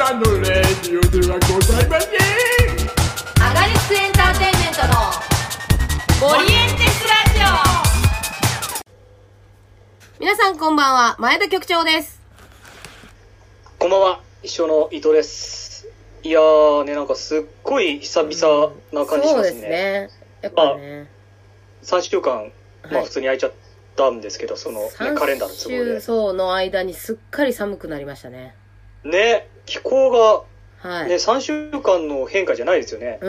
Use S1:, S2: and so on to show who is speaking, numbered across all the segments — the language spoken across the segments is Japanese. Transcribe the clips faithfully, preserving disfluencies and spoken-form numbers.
S1: たのレディオではございません。
S2: アガリスクエンターテインメントのオリエンテスラジオ。皆さんこんばんは、前田局長です。
S3: こんばんは、一緒の伊藤です。いやーね、なんかすっごい久々な感じしますね。そうですね。
S2: やっぱね、
S3: まあ、さんしゅうかん、まあ普通に空いちゃったんですけど、はい、その、ね、カレンダーの都合で。
S2: そうの間にすっかり寒くなりましたね。
S3: ね、気候が、
S2: はい、
S3: ね、さんしゅうかんの変化じゃないですよね。
S2: うん。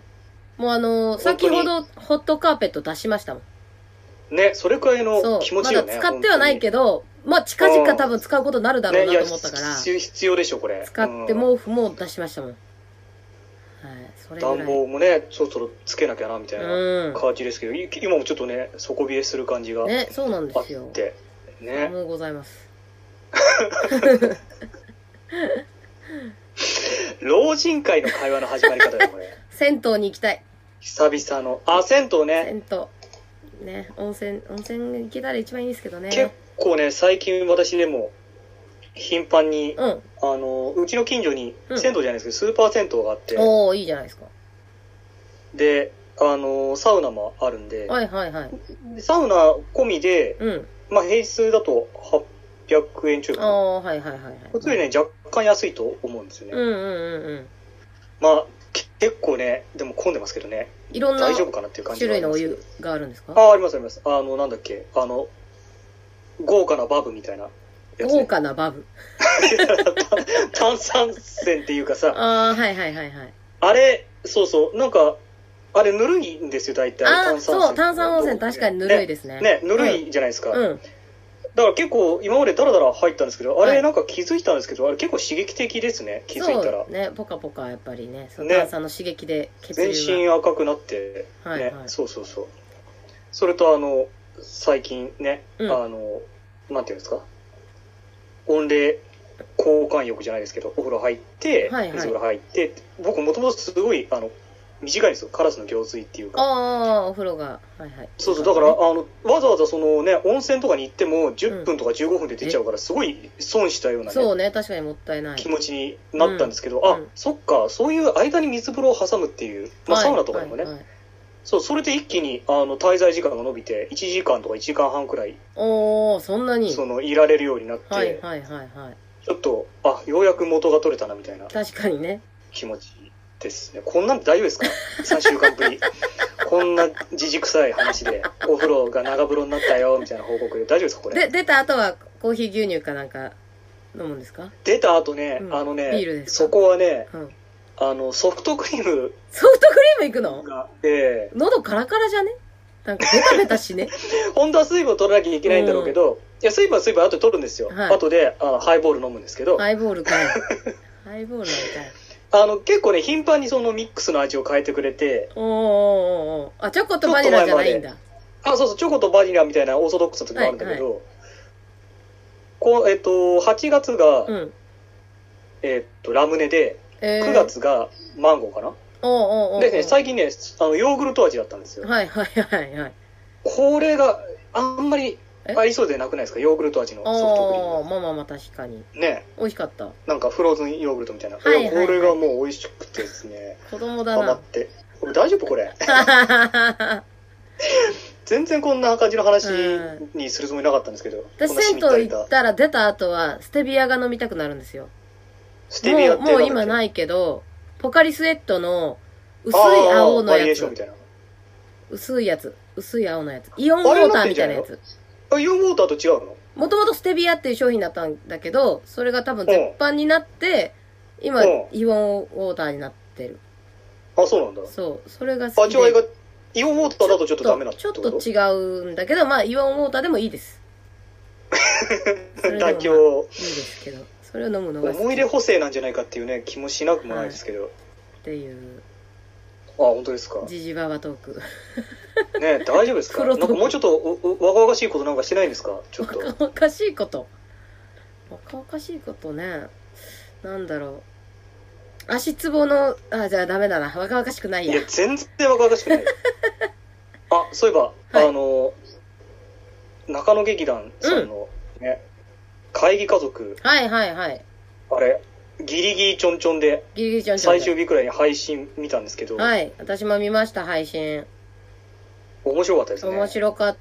S2: もうあのー、先ほどホットカーペット出しましたもん。
S3: ね、それくらいの気持ちよね。
S2: まだ使ってはないけど、まあ近々多分使うことになるだろうなと思ったから。
S3: ね、必要でしょ、これ。
S2: 使って毛布も出しましたもん。うん、はい、それぐらい。
S3: 暖房もね、そろそろつけなきゃな、みたいな感じですけど、うん、今もちょっとね、底冷えする感じがあって。
S2: ね、そうなんですよ。
S3: ね。
S2: 寒うございます。
S3: 老人会の会話の始まり方だよ、これ。
S2: 銭湯に行きたい。
S3: 久々の。あ、銭湯ね。
S2: 銭湯。ね、温泉、温泉行けたら一番いいんですけどね。
S3: 結構ね、最近私でも、頻繁に、
S2: うん、
S3: あの、うちの近所に、銭湯じゃないですけど、スーパー銭湯があって。
S2: おー、いいじゃないですか。
S3: で、あの、サウナもあるんで。
S2: はいはいはい。
S3: サウナ込みで、
S2: うん、
S3: まあ平日だとはっぴゃくえんちょいかな。
S2: ああ、はいはいはい、はい。
S3: 普通にね、若干安いと思うんですよね。
S2: うんうんうんうん。
S3: まあ、結構ね、でも混んでますけどね。
S2: いろんな
S3: 大丈夫かなっていう感じ
S2: 種類のお湯があるんですか？
S3: ああ、ありますあります。あの、なんだっけ、あの、豪華なバブみたいなやつ、ね。
S2: 豪華なバブ
S3: 炭酸泉っていうかさ。
S2: ああ、はいはいはいはい。
S3: あれ、そうそう、なんか、あれぬるいんですよ、大体。
S2: ああ、そう、炭酸温泉確かにぬるいですね。
S3: ね、ね、ぬるいじゃないですか。
S2: うん。うん、
S3: だから結構今までダラダラ入ったんですけど、あれなんか気づいたんですけど、あれ結構刺激的ですね、気づいたら。
S2: そうね、ポカポカやっぱりね、その炭酸の刺激で血流が、
S3: ね、全身赤くなって、ね、はいはい、そうそうそう。それとあの、最近ね、うん、あの、なんていうんですか、温冷交換浴じゃないですけど、お風呂入って、はいはい、水風呂入って、僕もともとすごい、あの、短いんですよ。カラスの行水っていうか。
S2: ああ、お風呂が。はいはい。
S3: そうそう。だから、あの、わざわざそのね、温泉とかに行ってもじゅっぷんとかじゅうごふんで出ちゃうから、すごい損したようなね。
S2: そうね、確かにもったいない。
S3: 気持ちになったんですけど、うん、あ、うん、そっか、そういう間に水風呂を挟むっていう、まあ、サウナとかでもね。はいはいはい、そう、それで一気に、あの、滞在時間が伸びて、いちじかんとかいちじかんはんくらい。
S2: おー、そんなに
S3: その、いられるようになって。
S2: はいはいはいはい。
S3: ちょっと、あ、ようやく元が取れたな、みたいな。
S2: 確かにね。
S3: 気持ち。ですね。こんなんで大丈夫ですか ?さん 週間ぶり。こんなじじくさい話で、お風呂が長風呂になったよ、みたいな報告で大丈夫ですかこれ。
S2: で、出た後はコーヒー牛乳かなんか飲むんですか？
S3: 出た後ね、うん、あのね、
S2: ビールですか？
S3: そこはね、
S2: うん、
S3: あの、ソフトクリーム。
S2: ソフトクリームいくの？
S3: ええー。
S2: 喉カラカラじゃね？なんかベタベタしね。
S3: 本当は水分を取らなきゃいけないんだろうけど、うん、いや、水分は水分後で取るんですよ。はい、後であのハイボール飲むんですけど。
S2: ハイボールかい。ハイボールなんかい。
S3: あの、結構ね、頻繁にそのミックスの味を変えてくれて。
S2: おーおーおーあ、チョコとバニラじゃないんだ。
S3: あ、そうそう、チョコとバニラみたいなオーソドックスな時もあるんだけど、はいはい、こう、えっと、はちがつが、うん、えっと、ラムネで、えー、くがつがマンゴーかな。
S2: おーおーおー
S3: でね、最近ね、あの、ヨーグルト味だったんですよ。
S2: はいはいはいはい。
S3: これがあんまりありそうでなくないですか、ヨーグルト味のソフトクリーム。
S2: まあまあまあ確かに。
S3: ね。
S2: 美味しかった。
S3: なんかフローズンヨーグルトみたいな。
S2: はいはいはい、
S3: これがもう美味しくてですね。
S2: 子供だな。
S3: ハマって。これ大丈夫これ。全然こんな感じの話にするつもりなかったんですけど。
S2: 私銭湯行ったら出た後はステビアが飲みたくなるんですよ。
S3: ステビアって
S2: もう、もう今ないけど、ポカリスエットの薄い青のやつ。
S3: みたいな
S2: 薄いやつ。薄い青のやつ。イオンウォーターみたいなやつ。
S3: あ、イオンウォーターと違うの？
S2: もともとステビアっていう商品だったんだけど、それが多分絶版になって、今、イオンウォーターになってる。
S3: あ、そうなんだ。
S2: そう。それが好きで。
S3: 味わいが、イオンウォーターだとちょっとダメなの？
S2: ちょっと違うんだけど、まあ、イオンウォーターでもいいです。
S3: 妥協。
S2: いいですけど。それを飲むのが好き。
S3: 思い出補正なんじゃないかっていうね、気もしなくもないですけど。はい、
S2: っていう。
S3: あ、本当ですか。
S2: ジジババトーク。
S3: ねえ、大丈夫ですか？なんかもうちょっとおお若々しいことなんかしてないんですか？ちょっと。
S2: 若々しいこと。若々しいことね。なんだろう。足つぼの、あ、じゃあダメだな。若々しくないや。
S3: いや、全然若々しくない。あ、そういえば、はい、あの、中野劇団さんのね、うん、会議家族。
S2: はいはいはい。
S3: あれ、 ギリギリちょんちょんで、
S2: ギリギリちょんちょんで。
S3: 最終日くらいに配信見たんですけど。
S2: はい。私も見ました、配信。
S3: 面白かったですね。
S2: 面白かった。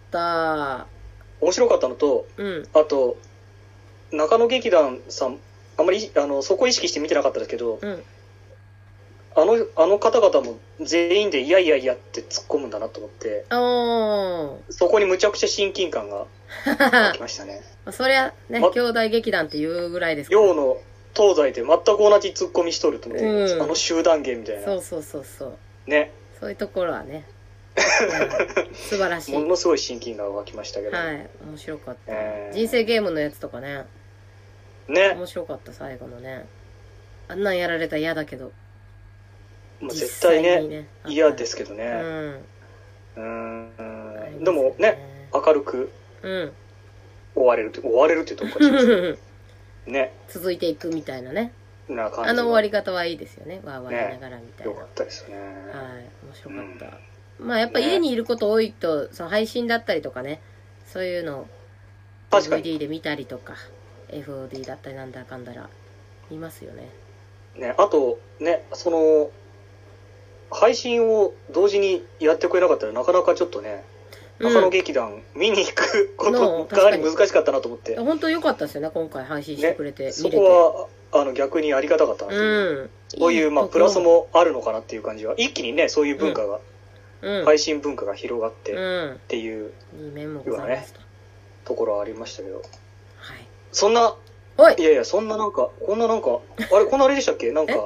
S3: 面白かったのと、
S2: うん。
S3: あと、中野劇団さん、あんまり、あの、そこ意識して見てなかったですけど、
S2: うん。
S3: あの、あの方々も全員でいやいやいやって突っ込むんだなと思って、
S2: おー。
S3: そこにむちゃくちゃ親近感が湧きましたね。
S2: そりゃね、ま、兄弟劇団っていうぐらいですから。
S3: 洋の東西で全く同じ突っ込みしとると思って、
S2: うん、
S3: あの集団芸みたいな。
S2: そうそうそうそう。
S3: ね。
S2: そういうところはね、うん、素晴らしい。
S3: ものすごい親近感が湧きましたけど。
S2: はい、面白かった。
S3: えー、
S2: 人生ゲームのやつとかね。
S3: ね。
S2: 面白かった、最後のね。あんなんやられたら嫌だけど。
S3: まあ、絶対ね、嫌ですけどね。うん。うん。でもね、明るく終われるって、終われるって言うとおかしいですけど。ね。
S2: 続いていくみたいなね。
S3: な感じ。
S2: あの終わり方はいいですよね。わーわー言いながらみたいな。
S3: よかったですね。はい。
S2: 面白かった。まあやっぱ家にいること多いと、その配信だったりとかね、そういうのを ディーブイディー で見たりとか、エフオーディー だったりなんだかんだら見ますよね。
S3: ね、あとね、その、配信を同時にやってくれなかったらなかなかちょっとね、中野劇団見に行くことかなり難しかったなと思って。
S2: 本当良かったですよね、今回配信してくれて、ね、
S3: そこはあの逆にありがたかったなという、うん、そういうまあプラスもあるのかなっていう感じは、一気にねそういう文化が、うん、配信文化が広がってっていう、
S2: うん、いい面もございますと、
S3: ね、ところはありましたけど、はい、
S2: そ
S3: んな、いやいやそんななんかこんななんかあれこんなあれでしたっけなんか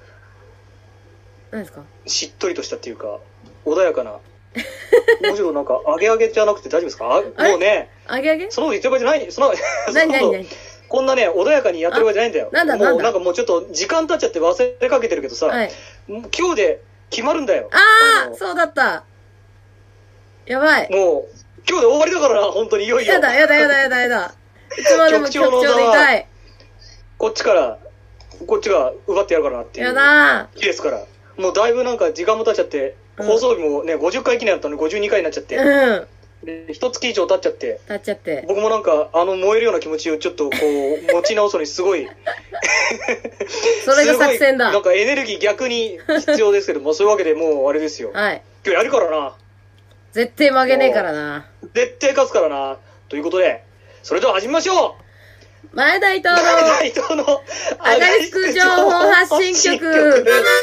S2: 何ですか、
S3: しっとりとしたっていうか穏やかな。もうちょっとなんか、あげあげじゃなくて大丈夫ですか？もうね、
S2: あげあげ
S3: そのこと言ってる場合じゃない、その、
S2: 何何何
S3: こんなね、穏やかにやってる場合じゃないんだよ。
S2: なんだなんだ
S3: もうなんかもうちょっと時間経っちゃって忘れかけてるけどさ、はい、今日で決まるんだよ。
S2: ああ、そうだった。やばい。
S3: もう、今日で終わりだからな、本当にいよいよ。
S2: やだやだやだやだやだ。いつまでも局長でいたい。
S3: こっちから、こっちが奪ってやるからなっていう。
S2: やだ
S3: 日ですから。もうだいぶなんか時間も経っちゃって、放送日もね、ごじゅっかい記念だったのにごじゅうにかいになっちゃって。うん。で、一月以上経っちゃって。
S2: 経っちゃって。
S3: 僕もなんか、あの燃えるような気持ちをちょっとこう、持ち直すのにすごい。
S2: それが作戦だ。
S3: なんかエネルギー逆に必要ですけども、そういうわけでもうあれですよ。
S2: はい。
S3: 今日やるからな。
S2: 絶対負けねえからな。
S3: 絶対勝つからな。ということで、それでは始めましょ
S2: う。前田伊藤の、
S3: 前田伊藤の、
S2: アガリスク情報発信局。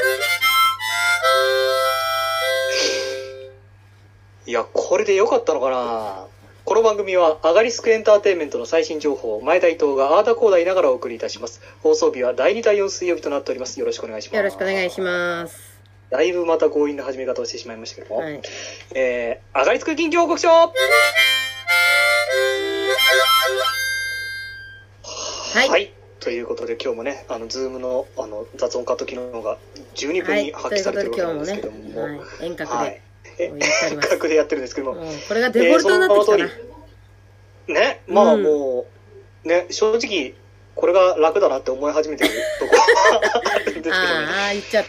S3: いや、これでよかったのかな。この番組はアガリスクエンターテインメントの最新情報を前田伊藤があーだこーだ言いながらお送りいたします。放送日はだいにだいよん水曜日となっております。よろしくお願いします。
S2: よろしくお願いします。
S3: だいぶまた強引な始め方をしてしまいましたけども、
S2: はい、
S3: えー、アガリスク近況報告書。
S2: はい、
S3: はい、ということで今日もね、あのズームのあの雑音カット機能が十二分に発揮されてるわけなんですけども、
S2: はい、ということで今日もね、はい、遠隔で、はい、
S3: 遠隔でやってるんですけども、
S2: これがデフォルトになってきたな、
S3: えー、ね、まあもう、うん、ね、正直これが楽だなって思い始めてるところあるんですけどね。
S2: ああ、言っちゃった。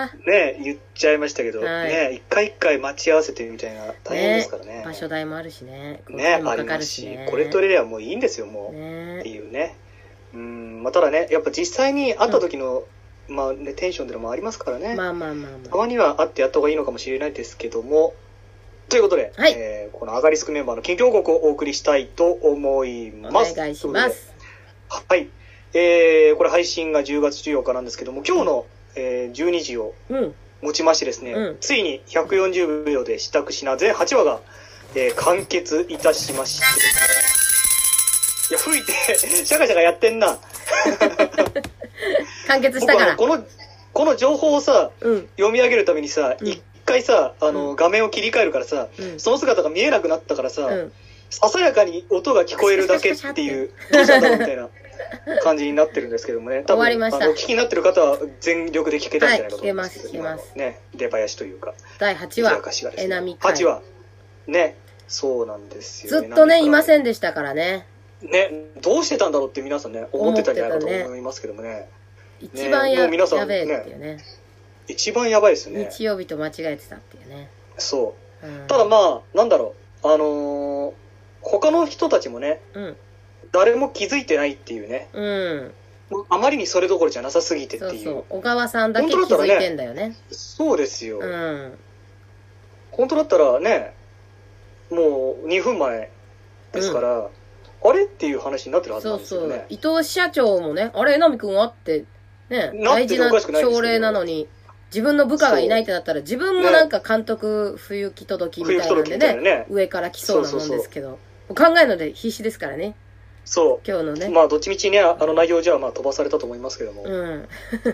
S3: ね、言っちゃいましたけど、はい、ね、一回一回待ち合わせてみたいな大変ですからね。
S2: ね、場所代もあるしね。
S3: ね、ありますし、これ取れればもういいんですよ、もう。ね、っていうね。うん、まあ、ただね、やっぱ実際に会った時の、うん、まあね、テンションっていうのもありますからね。
S2: まあまあまあまあ。
S3: たまには会ってやった方がいいのかもしれないですけども、ということで、はい、えー、このアガリスクメンバーの近況報告をお送りしたいと思います。
S2: お願いします。
S3: はい。えー、これ配信がじゅうがつじゅうよっかなんですけども、今日の、えー、じゅうにじをもちましてですね、うん、ついにひゃくよんじゅうびょうで支度しな全はちわが、えー、完結いたしまして、いや、吹いて、シャカシャカやってんな。
S2: 完結したから。
S3: この、この情報をさ、うん、読み上げるためにさ、一、うん、回さ、あの、うん、画面を切り替えるからさ、うん、その姿が見えなくなったからさ、うん、ささやかに音が聞こえるだけっていう、どうしたんだろうみたいな感じになってるんですけどもね。多分
S2: 終わりました。
S3: あの、聞きになってる方は全力で聞けたんじゃないかと思います。
S2: はい、聞けます、聞けます。
S3: ね、出囃子というか。
S2: だいはちわ、えなみ会。
S3: はちわ。ね、そうなんですよ。
S2: ずっとね、いませんでしたからね。
S3: ね、どうしてたんだろうって皆さんね、思ってたんじゃないかと思いますけどもね。
S2: 一番や、ね、やべえっていうね。
S3: 一番やばいですよね。
S2: 日曜日と間違えてたっていうね。
S3: そう。うん、ただまあ、なんだろう、あのー、他の人たちもね、うん、誰も気づいてないっていうね。
S2: うん。
S3: あまりにそれどころじゃなさすぎてっていう。
S2: そうそう。小川さんだけ気づいてんだよね。ね
S3: そうですよ。
S2: うん。
S3: 本当だったらね、もうにふんまえですから、うん、あれっていう話になってるはずなんですよね。そうそう。
S2: 伊藤支社長もね、あれ、榎並くんはって、ね、大事な朝礼なのに、自分の部下がいないってなったら、自分もなんか監督不行き届きみたいなんでね、ね上から来そうなもんですけど、そうそうそう考えるので必死ですからね。
S3: そう。
S2: 今日のね。
S3: まあ、どっちみちね、あの内容じゃまあ飛ばされたと思いますけども。うん。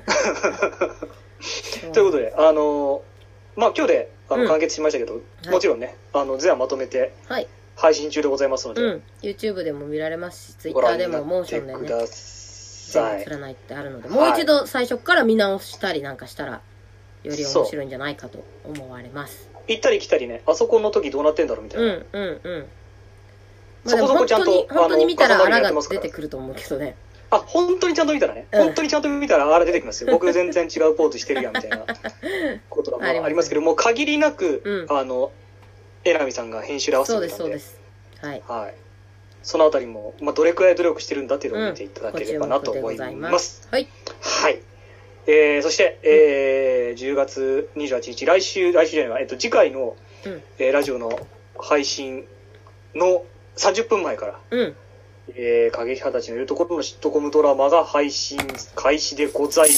S3: ということで、あの、まあ今日であの完結しましたけど、うん、もちろんね、あの、全話まとめて、配信中でございますので、
S2: うん。YouTube でも見られますし、Twitter でもモーションでね。
S3: ください。
S2: 全部ないってあるので、もう一度最初から見直したりなんかしたら、より面白いんじゃないかと思われます。
S3: 行ったり来たりね、あそこの時どうなってんだろうみたいな。
S2: うんうんうん。まあ、そこそこちゃんと本当に見たらあらが出てくると思うけどね。
S3: あ、本当にちゃんと見たらね、うん、本当にちゃんと見たらあら出てきますよ。僕全然違うポーズしてるやんみたいなことがまあありますけども、限りなく、うん、あの榎並さんが編集で合わせてくれたんで、
S2: そうですそうです。はい。
S3: はい。そのあたりもまあどれくらい努力してるんだっていうのを見ていただければなと思います。うん、ます
S2: はい。
S3: はい。えー、そして、えー、じゅうがつにじゅうはちにち来週来週じゃないわえっと次回の、うんえー、ラジオの配信のさんじゅっぷんまえから、うんえー、過激派たちのいるところのシットコムドラマが配信開始でございます。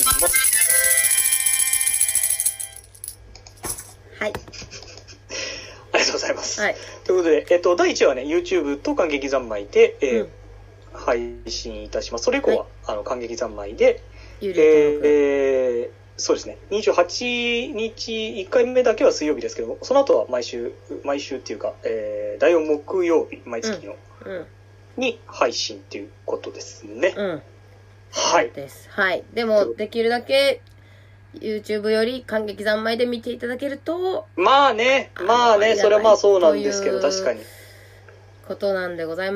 S2: はい。
S3: ありがとうございます。
S2: はい。
S3: ということで、えっと、だいいちわはね、YouTube と感激三昧で、えーうん、配信いたします。それ以降は、はい、あの、感激三昧で、
S2: 有料登録。
S3: えー、そうですね。にじゅうはちにちいっかいめだけは水曜日ですけど、その後は毎週、毎週っていうか、えー、だいよん木曜日、毎月の、うんうんに配信っていうことですね。
S2: うん。
S3: はい。
S2: です。はい。でも、できるだけ、YouTube より感激三昧で見ていただけると、
S3: まあね、まあね、それはまあそうなんですけど、確かに。
S2: ことなんでございます。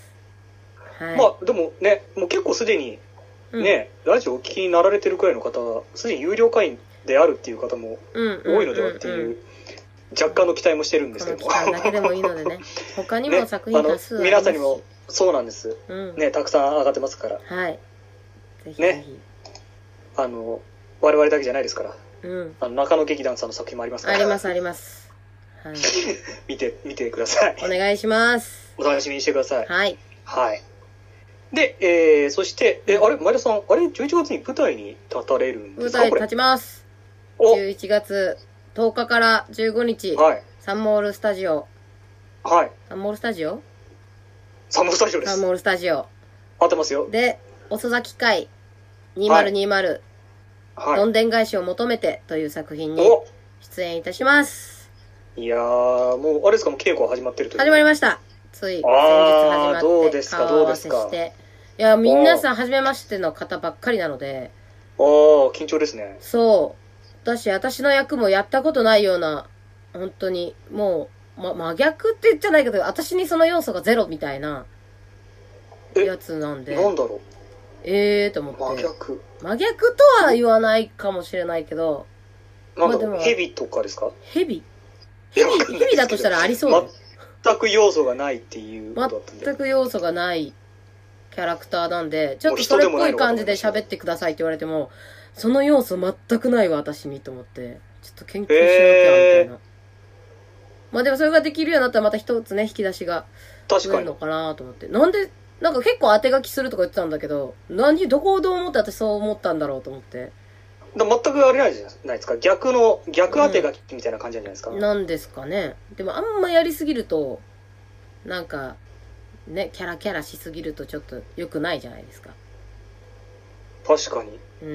S2: はい。
S3: まあ、でもね、もう結構すでに、ね、うん、ラジオお聞きになられてるくらいの方は、すでに有料会員であるっていう方も多いのではっていう、うんうんうんうん若干の期待もしてるんですけども。
S2: この期間だけでもいいのでね。他にも作品多数ありますし、ね、
S3: 皆さんにもそうなんです、うん、ねたくさん上がってますから。
S2: はい。ぜひぜひ。
S3: ね。あの我々だけじゃないですから。うん。あの中野劇団さんの作品もありますから。
S2: ありますあります。はい。
S3: 見て見てください。
S2: お願いします。
S3: お楽しみにしてください。
S2: はい。
S3: はい。で、えー、そしてえあれ前田さんあれじゅういちがつに舞台に立たれるんですか。
S2: 舞台立ちます。じゅういちがつとおかからじゅうごにち、はい、サンモールスタジオ。
S3: はい。
S2: サンモールスタジオ
S3: サンモールスタジオです。
S2: サンモールスタジオ。
S3: 合ってますよ。
S2: で、遅咲き会にせんにじゅう、はい、どんでん返しを求めてという作品に出演いたします。
S3: いやー、もう、あれですか、もう稽古始まってるという。
S2: 始まりました。つい、先日始まって、
S3: どうですか、どうですか。
S2: いや、皆さん初めましての方ばっかりなので。
S3: ああ、緊張ですね。
S2: そう。だし、私の役もやったことないような、本当に、もう、ま、真逆って言っちゃないけど、私にその要素がゼロみたいな、やつなんで。
S3: なんだろう。
S2: ええーと思って。
S3: 真逆。
S2: 真逆とは言わないかもしれないけど。
S3: なんだろう、まあ、ヘビとかですか。
S2: ヘビヘビ、ヘビだとしたらありそうだよ。
S3: 全く要素がないっていうことだったんで。
S2: 全く要素がないキャラクターなんで、ちょっとそれっぽい感じで喋ってくださいって言われても、その要素全くないわ、私にと思って。ちょっと研究しなきゃ、みたいな。えー、まあでもそれができるようになったらまた一つね、引き出しが増えるのかなと思って。なんで、なんか結構当て書きするとか言ってたんだけど、何、どこをどう思って私そう思ったんだろうと思って。
S3: 全くあれないじゃないですか。逆の、逆当て書きみたいな感じなんじゃないですか。
S2: うん、なんですかね。でもあんまやりすぎると、なんか、ね、キャラキャラしすぎるとちょっと良くないじゃないですか。
S3: 確かに。
S2: うん。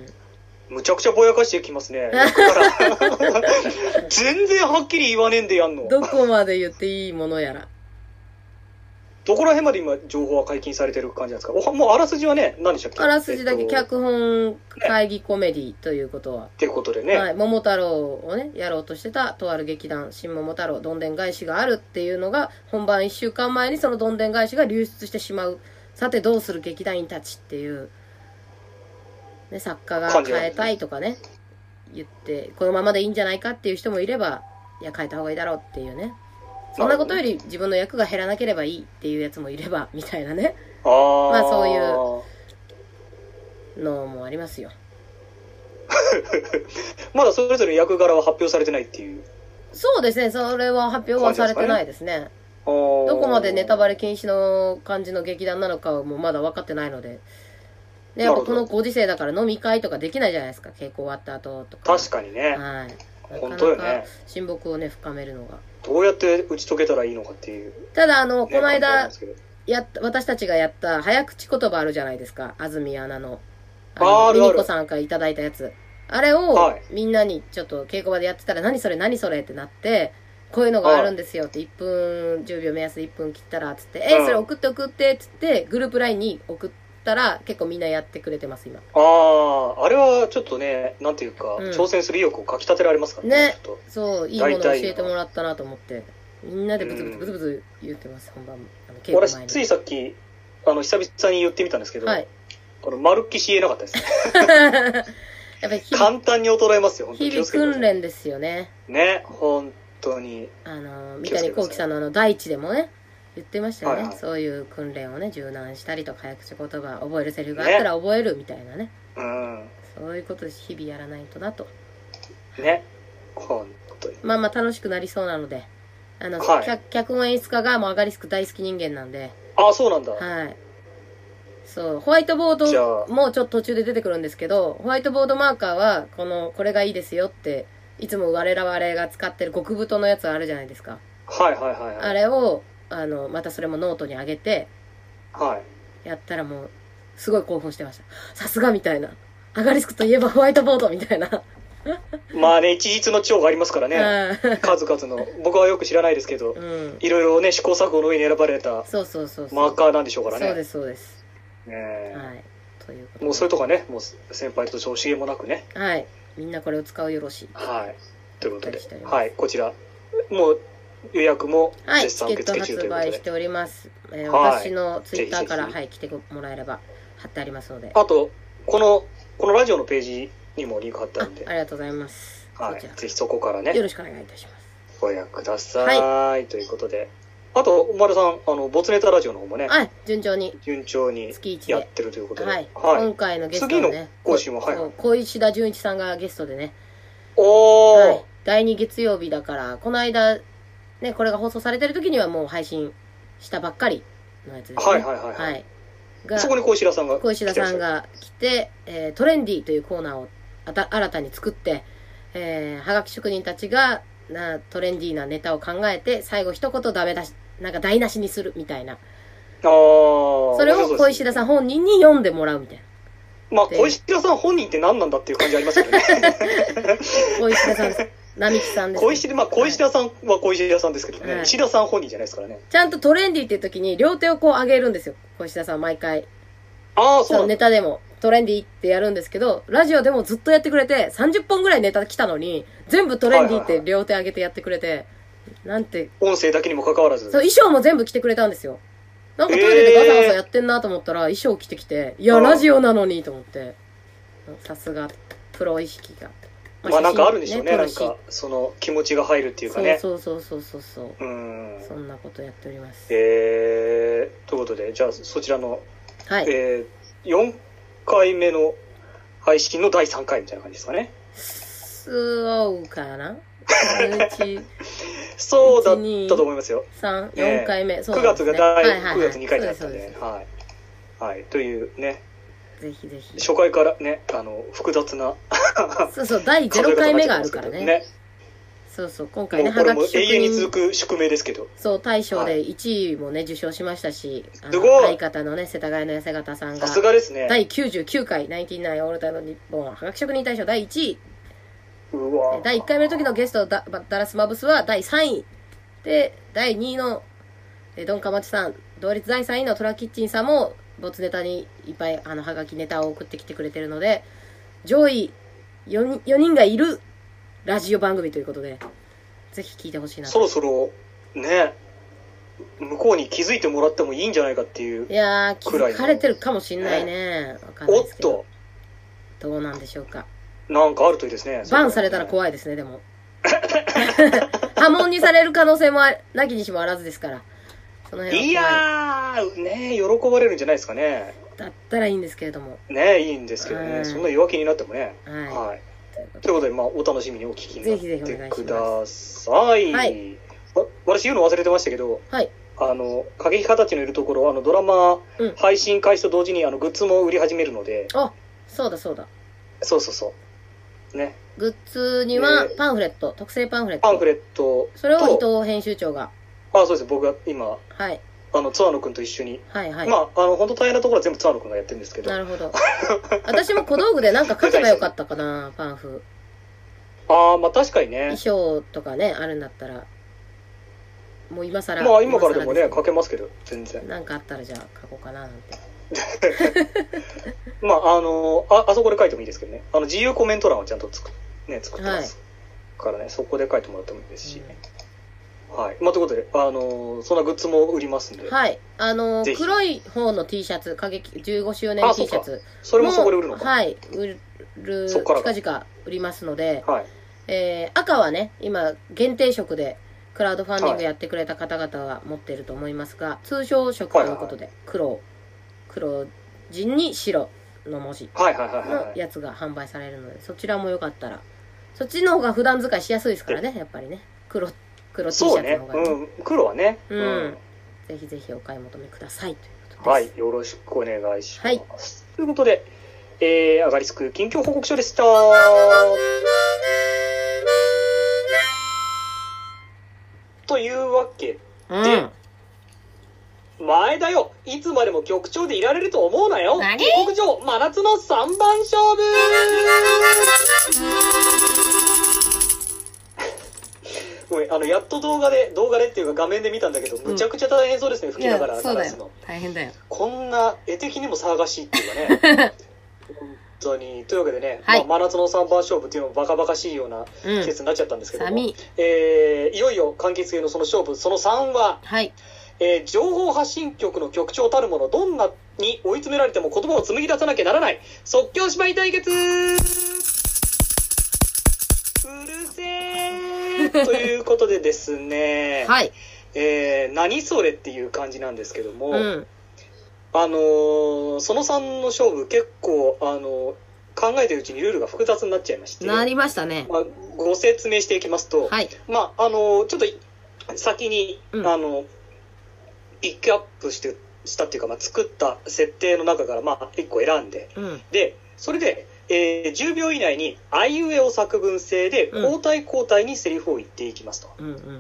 S3: むちゃくちゃぼやかしてきますね。から全然はっきり言わねえんでやんの。
S2: どこまで言っていいものやら。
S3: どこら辺まで今情報は解禁されてる感じなんですか。おもうあらすじはね、何でしたっけ。
S2: あらすじだけ、えっと、脚本会議コメディということは。っ
S3: ていうことでね。
S2: はい。桃太郎をね、やろうとしてたとある劇団、新桃太郎、どんでん返しがあるっていうのが、本番いっしゅうかんまえにそのどんでん返しが流出してしまう。さてどうする劇団員たちっていう、ね、作家が変えたいとかね、言って、このままでいいんじゃないかっていう人もいれば、いや、変えた方がいいだろうっていうね。そんなことより自分の役が減らなければいいっていうやつもいれば、みたいなね。
S3: あ
S2: まあそういうますよ。
S3: まだそれぞれ役柄は発表されてないっていう。
S2: そうですね、それは発表はされてないですね。どこまでネタバレ禁止の感じの劇団なのかもまだ分かってないので。で、やっぱこのご時世だから飲み会とかできないじゃないですか、稽古終わった後とか。
S3: 確かにね。
S2: はい。
S3: 本当よね。
S2: 親睦をね、深めるのが。
S3: どうやって打ち解けたらいいのかっていう。
S2: ただ、あの、ね、この間、やっ私たちがやった早口言葉あるじゃないですか、安住アナの。あの、ミニコさんからいただいたやつ。あれを、みんなにちょっと稽古場でやってたら、何それ何それってなって、こういうのがあるんですよって、いっぷん、じゅうびょう目安でいっぷん切ったら、つって、え、それ送って送って、つって、グループラインに送ったら、結構みんなやってくれてます、今。
S3: ああ、あれはちょっとね、なんていうか、うん、挑戦する意欲をかき立てられますからね。
S2: ね。そう、いいものを教えてもらったなと思って、みんなでブツブツブツブツ言ってます、本番も。
S3: あの稽古前に。俺、ついさっき、あの、久々に言ってみたんですけど、はい、この丸っきし言えなかったですね。やっぱり簡単に衰えますよ、本当に。
S2: 日々訓練ですよね。
S3: ね、本当に。
S2: あの、三谷幸喜さんのあの、大地でもね、言ってましたよね、はいはい。そういう訓練をね、柔軟したりとか、早口言葉、覚えるセリフがあったら覚えるみたいなね。ね、うん。そういうことです。日々やらないとなと。
S3: ね。本当に。
S2: まあまあ楽しくなりそうなので、あの、はい、脚, 脚本演出家がもうアガリスク大好き人間なんで。
S3: ああ、そうなんだ。
S2: はい。そう、ホワイトボードもちょっと途中で出てくるんですけど、ホワイトボードマーカーは、この、これがいいですよって、いつも我々が使ってる極太のやつあるじゃないですか。
S3: はいはいはい、はい。
S2: あれを、あの、またそれもノートに上げて、
S3: はい。
S2: やったらもう、すごい興奮してました。さすがみたいな。アガリスクといえばホワイトボードみたいな。
S3: まあね、一日の長がありますからね。数々の。僕はよく知らないですけど、うん、いろいろね、試行錯誤の上に選ばれた、
S2: そうそうそう。
S3: マーカーなんでしょうからね。
S2: そうですそうです。
S3: ね
S2: はい。ということで。
S3: もうそれとかね、もう先輩と調子げもなくね。
S2: はい。みんなこれを使うよろしい。
S3: はい。ということで、はい、こちら、もう予約も絶賛受付中ということで。
S2: はい、チケット発売しております。えーはい、私のツイッターから、はい、来てもらえれば貼ってありますので。
S3: あと、この、このラジオのページにもリンク貼ってあるんで。
S2: あ, ありがとうございます。
S3: はい。ぜひそこからね。
S2: よろしくお願いいたします。
S3: ご予約ください。はい。ということで。あと、丸さん、あの、ボツネタラジオの方もね。
S2: はい、順調に。
S3: 順調にやってるということで。
S2: はい。はい、今回のゲストのね。
S3: 次の更新も、はい。
S2: 小石田純一さんがゲストでね。
S3: おー。はい。
S2: だいに月曜日だから、この間、ね、これが放送されてる時にはもう配信したばっかりのやつですね。
S3: はいはいはい、はい。はい。
S2: が、
S3: そこに小石田さんが。
S2: 小石田さんが来て、えー、トレンディーというコーナーをあた新たに作って、えー、はがき職人たちが、な、トレンディーなネタを考えて、最後一言ダメ出し、なんか台無しにするみたいな。あ
S3: あ。
S2: それを小石田さん本人に読んでもらうみたいな。
S3: まあ、小石田さん本人って何なんだっていう感じありますよね。
S2: 小石田さんです。並木さんです、
S3: ね。小石田、まあ、小石田さんは小石田さんですけどね。はい、石田さん本人じゃないですからね。
S2: ちゃんとトレンディーっていう時に両手をこう上げるんですよ。小石田さん毎回。
S3: ああ、そうなん
S2: ネタでもトレンディーってやるんですけど、ラジオでもずっとやってくれて、さんじゅっぽんぐらいネタ来たのに、全部トレンディーって両手上げてやってくれて、はいはいはい、なんて。
S3: 音声だけにも関わらず。
S2: そう、衣装も全部着てくれたんですよ。なんかトイレでガサガサやってんなと思ったら、衣装着てきて、いや、ラジオなのにと思って。さすが、プロ意識が。
S3: まあ、まあ、なんかあるんでしょうね。ね、なんか、その気持ちが入るっていうかね。
S2: そうそうそうそうそう。
S3: うん。
S2: そんなことやっております。
S3: えー、ということで、じゃあそちらの、
S2: はい。
S3: えー、よんかいめの配信のだいさんかいみたいな感じですかね。
S2: そうかな
S3: そうだったと思いますよ。
S2: さん、よんかいめ。そう
S3: ですね、くがつがだい、はいはいはい、くがつにかいだったんで、はい。はい。というね。
S2: ぜひぜひ。
S3: 初回からね、あの、複雑な。
S2: そうそう、だいゼロかいめがあるからね。ね。そうそう、今回ね、
S3: はがき職人。永遠に続く宿命ですけど。
S2: そう、大賞でいちいもね、受賞しましたし、すごい。相方のね、世田谷の痩せ方さんが。
S3: さすがですね。
S2: だいきゅうじゅうきゅうかい、ナインティナインオールタイム日本はがき職人大賞だいいちい。
S3: うわ。
S2: だいいっかいめの時のゲストダ、ダラスマブスはだいさんい。で、だいにいの、ドンカマチさん、同率だいさんいのトラキッチンさんも、ボツネタにいっぱい、あの、はがきネタを送ってきてくれてるので、上位よにん、よにんがいるラジオ番組ということで、ぜひ聞いてほしいなと。
S3: そろそろ、ね、向こうに気づいてもらってもいいんじゃないかっていう。
S2: いやー、気づかれてるかもしんないね。わかんないですけど。おっと。どうなんでしょうか。
S3: なんかあるといいですね。
S2: バンされたら怖いですね、でも。波紋にされる可能性もなきにしもあらずですから。その辺は怖い。
S3: いやー、ね、喜ばれるんじゃないですかね。
S2: だったらいいんですけれども。
S3: ね、いいんですけどね。そんな弱気になってもね。
S2: はい。
S3: はい。ということで、まあ、お楽しみにお聞きになってください。
S2: はい。
S3: 私言うの忘れてましたけど、
S2: はい。
S3: あの、過激派たちのいるところ、あの、ドラマ、配信開始と同時に、あの、グッズも売り始めるので。
S2: あ、そうだそうだ。
S3: そうそうそう。ね。
S2: グッズにはパンフレット、特製パンフレット。
S3: パンフレット。
S2: それを伊藤編集長が。
S3: あ、そうです。僕が今、
S2: はい。
S3: あの、ツアーノ君と一緒に。
S2: はいはい。
S3: まあ、あの、本当大変なところは全部ツアーノ君がやってるんですけど。
S2: なるほど。私も小道具でなんか書けばよかったかな、パンフ。
S3: ああ、まあ確かにね。
S2: 衣装とかね、あるんだったら。もう今更。
S3: まあ今からでもね、書けますけど、全然。
S2: なんかあったらじゃあ書こうかな、なんて。
S3: まあ、あの、あ、あそこで書いてもいいですけどね。あの、自由コメント欄をちゃんと作,、ね、作ってます。はい、からね、そこで書いてもらってもいいですし。うん、はい。まあ、ということで、あの、そんなグッズも売りますんで。
S2: はい。あの、黒い方の T シャツ、過激じゅうごしゅうねん T シャツ。
S3: それもそこで売るのか。
S2: はい。売る、近々売りますので、
S3: はい。
S2: えー、赤はね、今、限定色で、クラウドファンディングやってくれた方々は持っていると思いますが、通常色ということで、黒、黒地に白の文字のやつが販売されるので、そちらもよかったら、そっちの方が普段使いしやすいですからね、やっぱりね。黒、黒 T シャツの方がね。
S3: そうね。うん、黒はね。
S2: うん。うん、ぜひぜひお買い求めくださいということです。
S3: はい、よろしくお願いします。
S2: はい。
S3: ということで、えー、アガリスク近況報告書でした。というわけで、うん、前だよ、いつまでも局長でいられると思うなよ。下克上真夏のさんばん勝負ごめん、あのやっと動画で動画でっていうか画面で見たんだけど、むちゃくちゃ大変そうですね、うん、吹きながら
S2: 話すの。大変だよ。
S3: こんな絵的にも騒がしいっていうかね。本当に。というわけでね、はい、まあ、真夏のさんばん勝負っていうのもバカバカしいような季節になっちゃったんですけども、うん、えー、いよいよ柑橘系のその勝負そのさんは、
S2: はい、
S3: えー、情報発信局の局長たるもの、どんなに追い詰められても言葉を紡ぎ出さなきゃならない即興芝居対決。うるせーということでですね、
S2: はい、
S3: えー、何それっていう感じなんですけども、
S2: うん、
S3: あのー、そのさんの勝負結構、あのー、考えてるうちにルールが複雑になっちゃいまして。
S2: なりましたね。
S3: まあ、ご説明していきますと、
S2: はい、
S3: まあ、あのー、ちょっと先に、うん、あの、ピックアップして、したっていうか、まあ、作った設定の中から、まあ、いっこ選んで、
S2: うん、で、
S3: それで、えー、じゅうびょう以内に、あいうえお作文制で、交代交代にセリフを言っていきますと。
S2: うんうん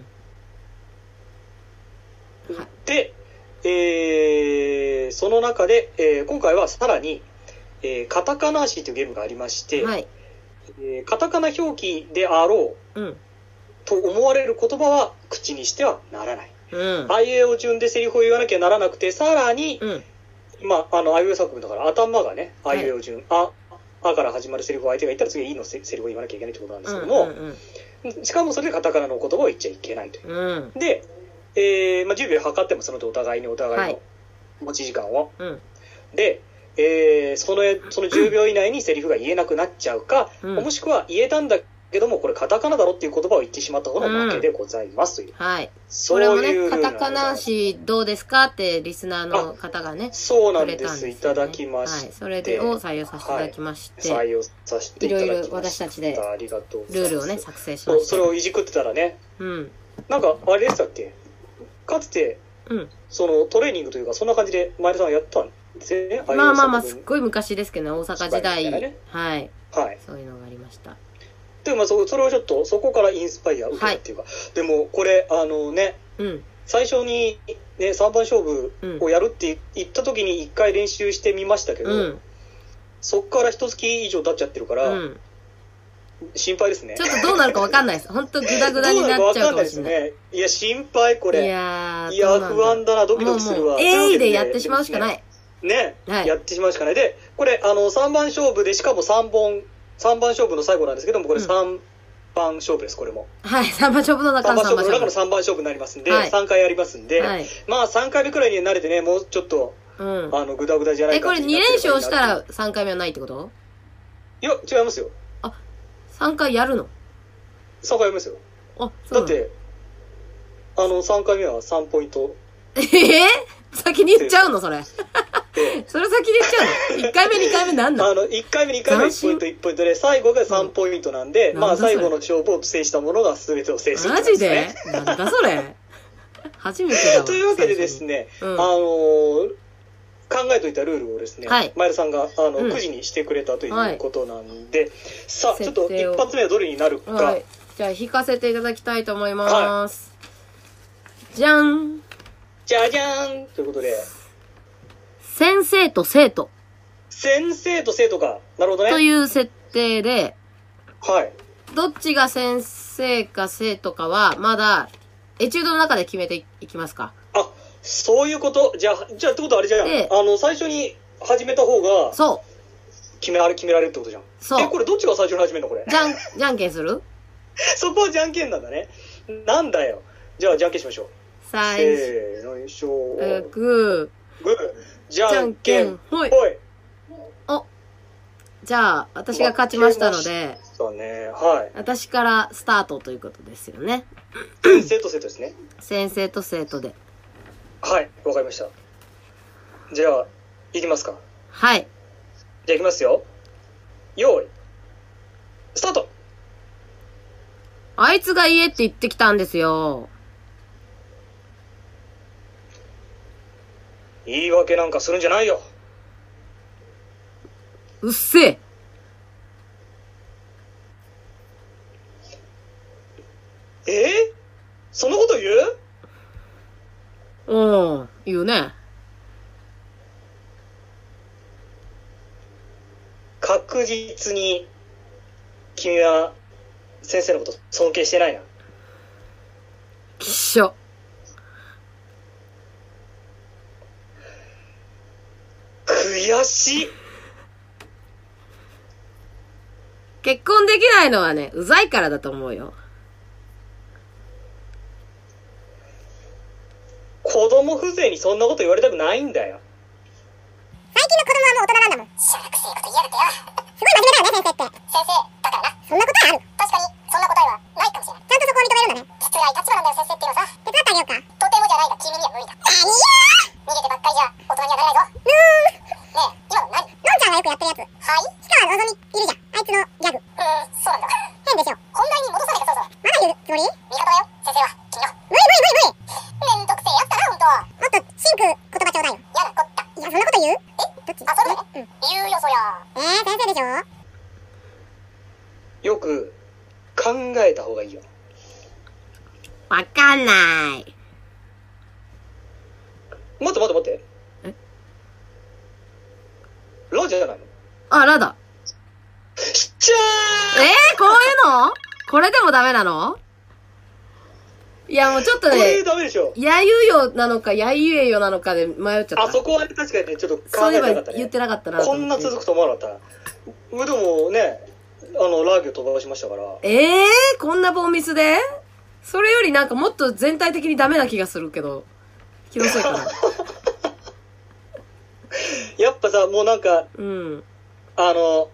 S3: はい、で、えー、その中で、えー、今回はさらに、えー、カタカナ足というゲームがありまして、
S2: はい、
S3: えー、カタカナ表記であろう、うん、と思われる言葉は口にしてはならない。
S2: うん、
S3: あいうえお順でセリフを言わなきゃならなくて、さらに、
S2: うん、
S3: まあ、あの、あいうえお作文だから頭がね、あいうえお順、はい、あ、あから始まるセリフを相手が言ったら次はいいのセリフを言わなきゃいけないってことなんですけども、
S2: うんうん
S3: うん、しかもそれでカタカナの言葉を言っちゃいけないという。
S2: うん、
S3: で、えーまあ、じゅうびょう測ってもそのとお互いにお互いの持ち時間を、
S2: はい、うん、
S3: で、えー、そのそのじゅうびょう以内にセリフが言えなくなっちゃうか、うん、もしくは言えたんだけどもこれカタカナだろっていう言葉を言ってしまった方の負けでございますという、
S2: うん、はい、
S3: そういうルールなんです。
S2: これもね、カタカナ詞どうですかってリスナーの方がね、
S3: そうなんです、ね、いただきまして、
S2: はい、それでを採用させていただきまして、
S3: はい、採用させていただきました。いろいろ
S2: 私たちで
S3: ありがとうございます。
S2: ルールをね作成しました。
S3: それをいじくってたらね、
S2: うん、
S3: なんかあれでしたっけ、かつて、
S2: うん、
S3: そのトレーニングというかそんな感じで前田さんやったんですね。
S2: まあまあまあすっごい昔ですけどね、大阪時代、
S3: ね、
S2: はい、
S3: はい、
S2: そういうのがありました。
S3: でもまあ そ, それをちょっとそこからインスパイア受けたっていうか、はい、でもこれあのね、
S2: うん、
S3: 最初に、ね、さんばん勝負をやるって言った時にいっかい練習してみましたけど、うん、そっから一月以上経っちゃってるから、うん、心配ですね。
S2: ちょっとどうなるか分かんないです。本当グダグダになっちゃうかもしれない。
S3: ね、いや心配これ。
S2: いや
S3: いや不安だな、ドキドキするわ。
S2: もう エーアイ でやってしまうしかない。
S3: ね、はい、やってしまうしかない。でこれあのさんばん勝負でしかもさんぼんさんばん勝負の最後なんですけどもこれさんばん勝負です、これも。
S2: はい、さんばん勝負の中のさんばん勝負。
S3: さんばん勝負の中のさんばん勝負になりますんで、はい、さんかいやりますんで、
S2: はい、
S3: まあさんかいめくらいに慣れてね、もうちょっと、うん、あの、グダグダじゃないか。
S2: え、これに連勝したらさんかいめはないってこと？
S3: いや、違いますよ。
S2: あ、さんかいやるの？
S3: さんかいやりますよ。
S2: あ、そう。
S3: だって、あの、さんかいめはさんポイント。
S2: えぇ、ー、先に言っちゃうのそれ。 それ先で言っちゃうの ?いっ 回目、にかいめなんだ
S3: あの、いっかいめ、にかいめいちポイント、いちポイントで、最後がさんポイントなんで、
S2: うん、
S3: まあ最後の勝負を制したものが全てを制する、
S2: ね。マジでなんだそれ初めてだわ。
S3: というわけでですね、うん、あのー、考えといたルールをですね、はい、前田さんがあの、うん、くじにしてくれたということなんで、はい、さあ、ちょっと一発目はどれになるか。はい、
S2: じゃあ、引かせていただきたいと思います。はい、じゃん
S3: じゃじゃーんということで。
S2: 先生と生徒。
S3: 先生と生徒か。なるほどね。
S2: という設定で、
S3: はい。
S2: どっちが先生か生徒かは、まだ、エチュードの中で決めていきますか。
S3: あ、そういうこと。じゃあ、じゃあってことはあれじゃん。あの、最初に始めた方が、
S2: そう。
S3: 決められ、決められるってことじゃん。
S2: そう。
S3: え、これどっちが最初に始めるのこれ。
S2: じゃん、じゃんけんする
S3: そこはじゃんけんなんだね。なんだよ。じゃあ、じゃんけんしましょう。
S2: 最
S3: 初。せーの、よいしょー。
S2: グ
S3: ー。グー。じゃんけん。
S2: ほい。
S3: ほい。
S2: お。じゃあ、私が勝ちましたので。
S3: そうね。はい。
S2: 私からスタートということですよね。
S3: 先生と生徒ですね。
S2: 先生と生徒で。
S3: はい、わかりました。じゃあ、いきますか。
S2: はい。
S3: じゃあいきますよ。よーい。スタート。
S2: あいつが家って言ってきたんですよ。
S3: 言い訳なんかするんじゃないよ。
S2: うっせえ。
S3: えー、そんなこと言
S2: う？うん、言うね。
S3: 確実に、君は先生のこと尊敬してないな。
S2: きっしょ。
S3: 悔しい。
S2: 結婚できないのはね、うざいからだと思うよ。
S3: 子供風情にそんなこと言われたくないんだよ。
S4: 最近の子供はもう大人なんだもん。しゃらくせえこと言いやがってよ。すごい真面目だよね、先生って。先生だからな。そんな答えある？確かに、そんな答えはないかもしれない。ちゃんとそこを認めるんだね。きつらい立場なんだよ、先生っていうのはさ。手伝ってあげようか。とてもじゃないが、君には無理だ。何よー！逃げてばっかりじゃ、大人にはなれないぞ。ぬーん。ねえ、今の何？のんちゃんがよくやってるやつ。はい？氷川のぞみ、いるじゃん。あいつのギャグ。うーん、そうなんだ。変でしょ。本題に戻さないか、そろそろ。まだ言うつもり？味方だよ、先生は。君の。無理無理無理無理。めんどくせえやつだな、ほんと。もっとシンク言葉ちょうだいよ。やなこった。いや、そんなこと言う？え？どっち？あ、それね。うん。言うよ、そりゃ。えー、先生でしょ？
S3: よく考えた方がいいよ。
S2: わかんない。
S3: 待って待って待って。
S2: え？
S3: ラじゃないの？
S2: あ、ラだ。
S3: しっちゃ
S2: ーえー、こういうの？これでもダメなの？いや、もうちょっとね、
S3: これダメでしょ。
S2: やゆよなのか、やゆえよなのかで迷っちゃった。
S3: あ、そこは確かにね、ちょっと考
S2: そういえば
S3: えてなかったね。
S2: 言ってなかったな。
S3: こんな続くと思わなかった。でもね、あの、ラーギを飛ばしましたから。
S2: ええー、こんなボンミスで？それよりなんかもっと全体的にダメな気がするけど。気のせいかな。
S3: やっぱさ、もうなんか、
S2: うん。
S3: あの、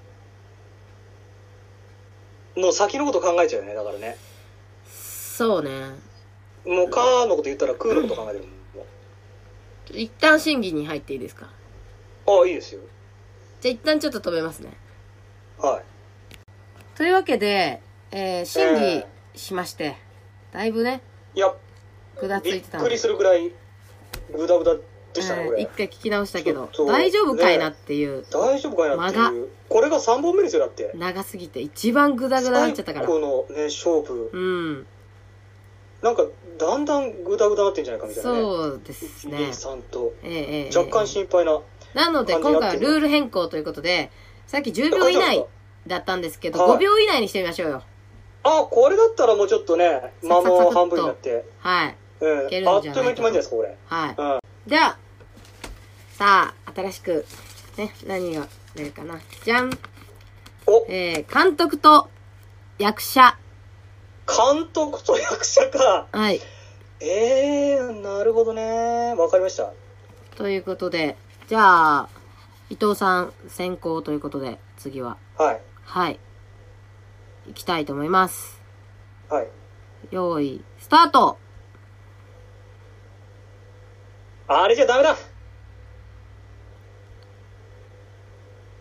S3: もう先のこと考えちゃうよね、だからね。
S2: そうね。
S3: もう、カーのこと言ったらクーのこと考えてるもん。
S2: 一旦審議に入っていいですか？
S3: ああ、いいですよ。
S2: じゃあ一旦ちょっと止めますね。
S3: はい。
S2: というわけで、えー、審議しまして、えー、だいぶね、
S3: いや、
S2: ぐだついてた
S3: びっくりするぐらい、ぐだぐだでしたね、これ。
S2: 一回聞き直したけど、大丈夫かいなっていう、ね。
S3: 大丈夫かいなっていう。これがさんぼんめですよ、だって。
S2: 長すぎて、一番ぐだぐだになっちゃったから。
S3: 最後のね、勝負。
S2: うん。
S3: なんか、だんだんぐだぐだなってんじゃないかみたいなね。
S2: そうですね。
S3: さんと。
S2: ええ、
S3: 若干心配な。
S2: なので、今回はルール変更ということで、さっきじゅうびょう以内だったんですけど、ごびょう以内にしてみましょうよ。
S3: あ、これだったらもうちょっとね、間も半分になって。
S2: はい。
S3: うん。あっという間に決まるんじゃないですか、これ。
S2: はい。うん。じゃあ、さあ、新しく、ね、何が出るかな。じゃん。
S3: お
S2: えー、監督と役者。
S3: 監督と役者か。
S2: はい。
S3: えー、なるほどね。わかりました。
S2: ということで、じゃあ、伊藤さん先行ということで、次は。
S3: はい。
S2: はい。行きたいと思います。
S3: はい。
S2: 用意、スタート。
S3: あれじゃダメだ。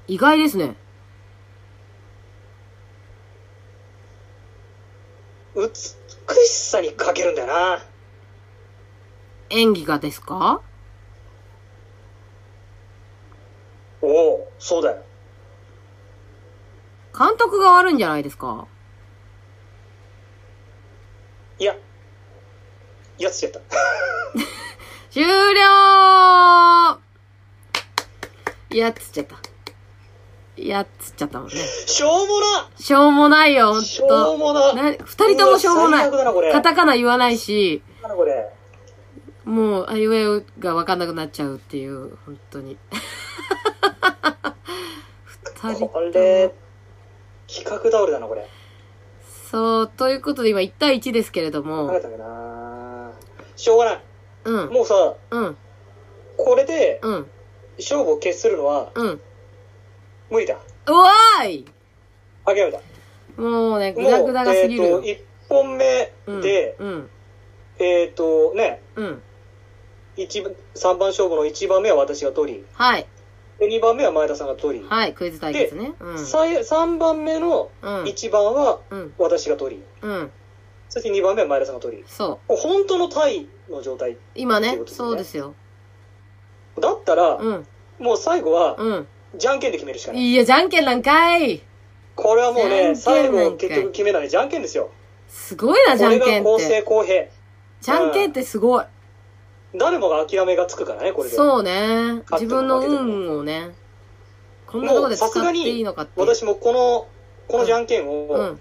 S2: 意外ですね。
S3: 美しさに欠けるんだよな。
S2: 演技がですか？
S3: おお、そうだよ。
S2: 監督が悪いんじゃないですか？
S3: いや、やつっちゃった。
S2: 終了。やっつっちゃった。やっつっちゃったもんね。
S3: しょうもな
S2: しょうもないよ、ほんと。
S3: しょうもな。
S2: な、二人ともしょうもない。
S3: 最悪だなこれ。
S2: カタカナ言わないし、
S3: なんだこれ。
S2: もう、あいうえおがわかんなくなっちゃうっていう、本当に。二人とも。
S3: これ、企画倒れだな、これ。
S2: そう、ということで今いち対いちですけれども。
S3: 考えたっけな。しょうがない。
S2: うん。
S3: もうさ、
S2: うん。
S3: これで、
S2: うん。
S3: 勝負を決するのは、
S2: うん。
S3: 無理だ。
S2: うわーい
S3: 諦めた。
S2: もうね、グダグダが過ぎるよ。
S3: えっと、いっぽんめで、
S2: うん。うん、
S3: えっと、ね、
S2: うん。
S3: 一番、さんばん勝負のいちばんめは私が取り、
S2: はい。
S3: で、にばんめは前田さんが取り、
S2: はい、クイズ対決ね。うん。
S3: さんばんめのいちばんは私が取り、
S2: うん。
S3: そしてにばんめは前田さんが取り。
S2: そう。
S3: 本当のタイの状態、ね。
S2: 今ね、そうですよ。
S3: だったら、
S2: うん。
S3: もう最後は、
S2: うん。
S3: じゃんけんで決めるしかない。
S2: いや、じゃんけんなんかい。
S3: これはもうね、最後結局決めないじゃんけんですよ。
S2: すごいな、じゃんけんって。
S3: これが公正公平。
S2: じゃんけんってすごい。
S3: うん、誰もが諦めがつくからね、これで。
S2: そうね。自分の運をね。こんなとこで使っていいのかって。
S3: 私もこの、このじゃんけんを、うん。うん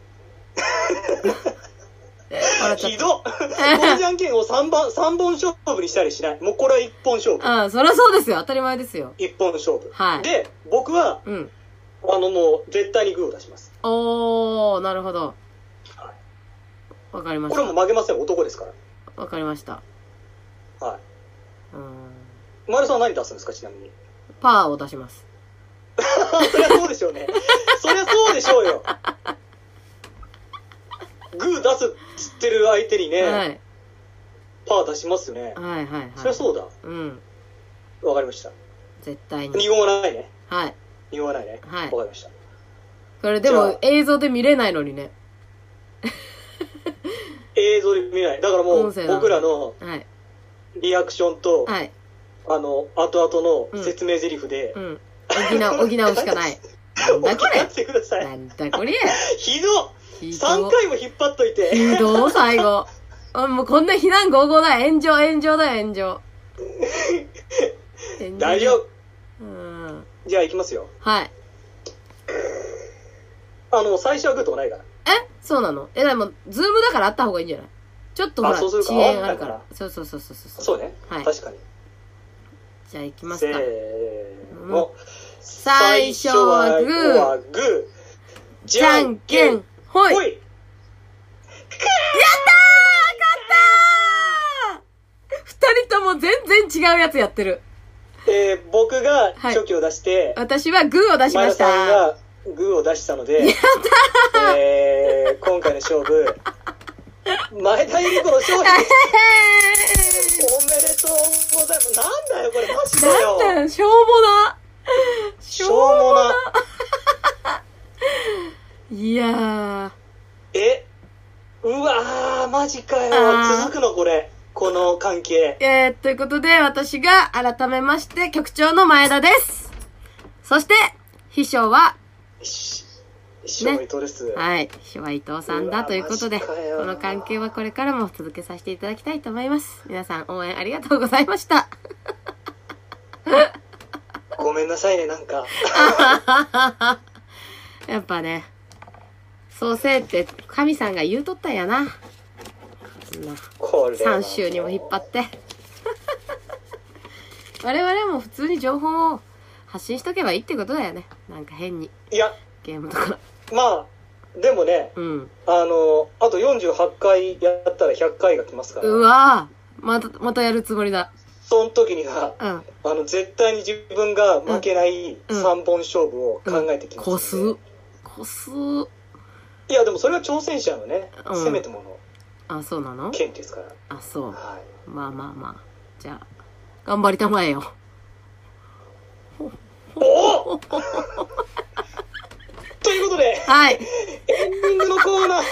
S3: ひどっこのじゃんけんをさんばん、さんぼん勝負にしたりしない。もうこれはいっぽん勝負。
S2: ああ、そりゃそうですよ。当たり前ですよ。
S3: いっぽん勝負。
S2: はい。
S3: で、僕は、うん。あのもう、絶対にグーを出します。
S2: おー、なるほど。はい。わかりました。
S3: これも負けません、男ですから。
S2: わかりました。
S3: はい。うん。丸さんは何出すんですか、ちなみに。
S2: パーを出します。
S3: そりゃそうでしょうね。そりゃそうでしょうよ。グー出すっつってる相手にね、はい、パー出しますよね。
S2: はいはいはい。
S3: そりゃそうだ。うん。わかりました。
S2: 絶対に。
S3: 二言はないね。
S2: はい。
S3: 二言はないね。はい。わかりました。
S2: これでも映像で見れないのにね。
S3: 映像で見れない。だからもう僕らのリアクションと、はい、あの、後々の説明台詞で、うん。うん、
S2: 補う、補うしかない。なんだこれ。
S3: ってください。
S2: なんだこれ。
S3: ひどっさんかいも引っ張っといて。
S2: ひどー、最後。もうこんな非難合々だよ。炎上、炎上だよ、炎上。
S3: 大丈夫。うん。じゃあ行きますよ。
S2: はい。
S3: あの、最初はグーとかないから。
S2: えそうなのえ、でも、ズームだからあった方がいいんじゃないちょっとほら、遅延あるから。そうそうそうそうそう。
S3: そうね。はい。確かに。
S2: じゃあ行きますか。
S3: せーの。
S2: 最初はグー。
S3: はグー。
S2: じゃんけん。ほい。ほい。やったー勝ったー二人とも全然違うやつやってる。
S3: えー、僕が初期を出して、
S2: はい、私はグーを出しました。
S3: 前田さんがグーを出したので、やったーえー、今回の勝負、前田ゆり子の勝利おめでとうございます。なんだよ、これマジだよ。
S2: なんだよ、しょうもな。
S3: しょうもな。
S2: いやー。
S3: えうわー、マジかよ。続くのこれ。この関係。
S2: えー、ということで、私が改めまして、局長の前田です。そして、秘書は、
S3: 秘書の伊藤です。
S2: ね、はい。秘書は伊藤さんだということで、この関係はこれからも続けさせていただきたいと思います。皆さん応援ありがとうございました。
S3: ごめんなさいね、なんか。
S2: やっぱね、そうせいって神さんが言うとったんやな。これさん週にも引っ張って。我々も普通に情報を発信しとけばいいってことだよね。なんか変に。
S3: いや、
S2: ゲームとか。
S3: まあ、でもね、うん、あの、あとよんじゅうはちかいやったらひゃっかいが来ますから。
S2: うわぁ、また、またやるつもりだ。
S3: その時には、うん、あの、絶対に自分が負けないさんぼん勝負を考えてきます、ね。
S2: こす。こす。
S3: いや、でもそれは挑戦者のね、うん、せめてもの。
S2: あ、そうなの？
S3: 剣ですから。
S2: あ、そう。はい。まあまあまあ。じゃあ、頑張りたまえよ。
S3: おお
S2: はい。
S3: エンディングのコーナー。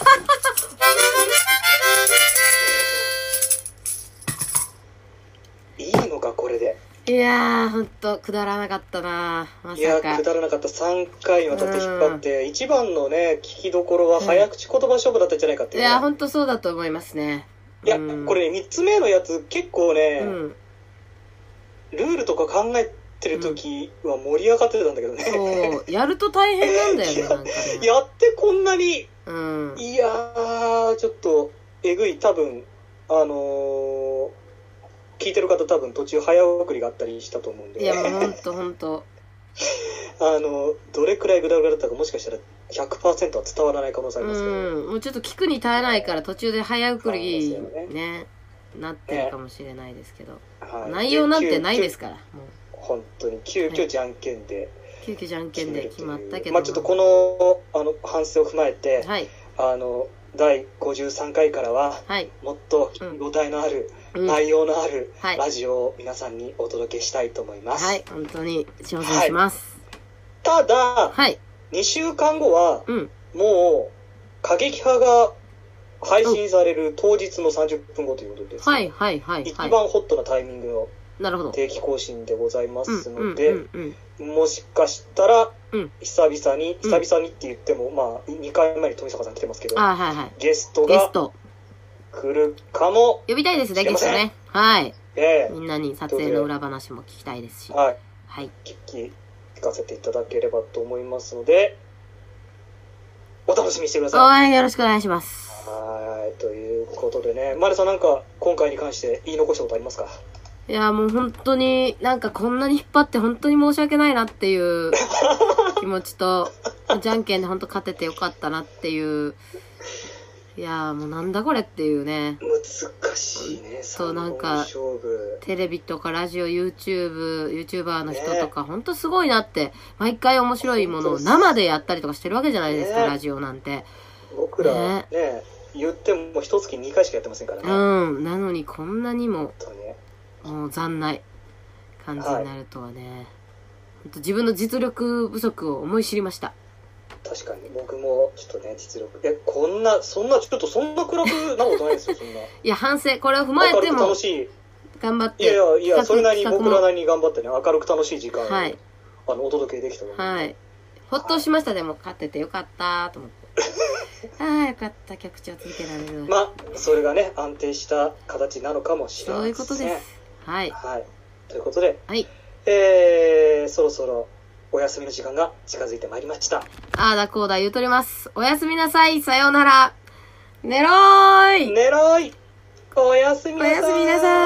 S3: いいのか、これで。
S2: いやー、ほんと、くだらなかったなまさか。
S3: いや、くだらなかった。さんかいにわたって引っ張って、一番のね、聞きどころは早口言葉勝負だったんじゃないかっていう、ね。
S2: いや、ほんとそうだと思いますね。
S3: いや、うん、これね、みっつめのやつ、結構ね、うん、ルールとか考えてる時は盛り上がってたんだけどね。
S2: そう、やると大変なんだよね、なんかね。
S3: やってこんなに、
S2: うん、
S3: いやー、ちょっと、えぐい、多分、あのー、聞いてる方多分途中早送りがあったりしたと思うんで。
S2: いや、もうほんとほんと。
S3: あの、どれくらいグダグダだったかもしかしたら ひゃくパーセント は伝わらない可能性ありますけど、ね。
S2: うん。もうちょっと聞くに耐えないから途中で早送りね、ねなってるかもしれないですけど。はい、内容なんてないですから。もう
S3: 本当に急遽じゃんけんで、はい。
S2: 急遽じゃんけんで決まったけど。
S3: まあちょっとこの、あの、反省を踏まえて、
S2: はい。
S3: あの、だいごじゅうさんかいからは、はい、もっと聞き応えのある、うん、内容のあるラジオを皆さんにお届けしたいと思います。
S2: はい、本当に挑戦します。
S3: はい、ただ、
S2: はい、
S3: にしゅうかんごは、
S2: うん、
S3: もう、過激派が配信される当日のさんじゅっぷんごということです、ね。
S2: はい、はい、はい。
S3: 一番ホットなタイミングの定期更新でございますので、もしかしたら、うん、久々に、久々にって言っても、うん、まあ、にかいまえに富坂さん来てますけど、
S2: あ、はいはい、
S3: ゲストが来るかも。
S2: 呼びたいですね、ゲストね。はい。
S3: え
S2: ー、みんなに撮影の裏話も聞きたいですし。
S3: はい。
S2: はい。
S3: 聞き、聞かせていただければと思いますので、お楽しみにしてください。
S2: はい、よろしくお願いします。
S3: はい、ということでね、マリさんなんか今回に関して言い残したことありますか？
S2: いや、もう本当に、なんかこんなに引っ張って本当に申し訳ないなっていう気持ちと、じゃんけんで本当勝ててよかったなっていう、いや、もうなんだこれっていうね。
S3: 難しいね、
S2: そうなんか、テレビとかラジオ、YouTube、YouTuber の人とか、ね、本当すごいなって、毎回面白いものを生でやったりとかしてるわけじゃないですか、ね、ラジオなんて。
S3: 僕らね、ね言っても一月にかいしかやってませんからね。
S2: うん、なのにこんなにも。
S3: 本当に
S2: もう残ない感じになるとはね、はい、本当自分の実力不足を思い知りました。
S3: 確かに僕もちょっとね実力えこんなそんなちょっとそんな暗くなことないですよそんな。い
S2: や反省これを踏まえても
S3: 楽しい
S2: 頑張って
S3: いやいやいやそれなりに僕らなりに頑張ってね明るく楽しい時間を、はい、あのお届けできたので、
S2: はい、ほっとしました、はい、でも勝っててよかったと思って。ああよかった局長続けられる。
S3: まあそれがね安定した形なのかもしれません。
S2: そういうことです。はい、
S3: はい、ということで、
S2: はい、
S3: えー、そろそろお休みの時間が近づいてまいりました。
S2: あーだこうだ言うとります。おやすみなさい。さようなら。寝ろーい。
S3: 寝ろーい。おやすみなさい。
S2: おやすみなさい。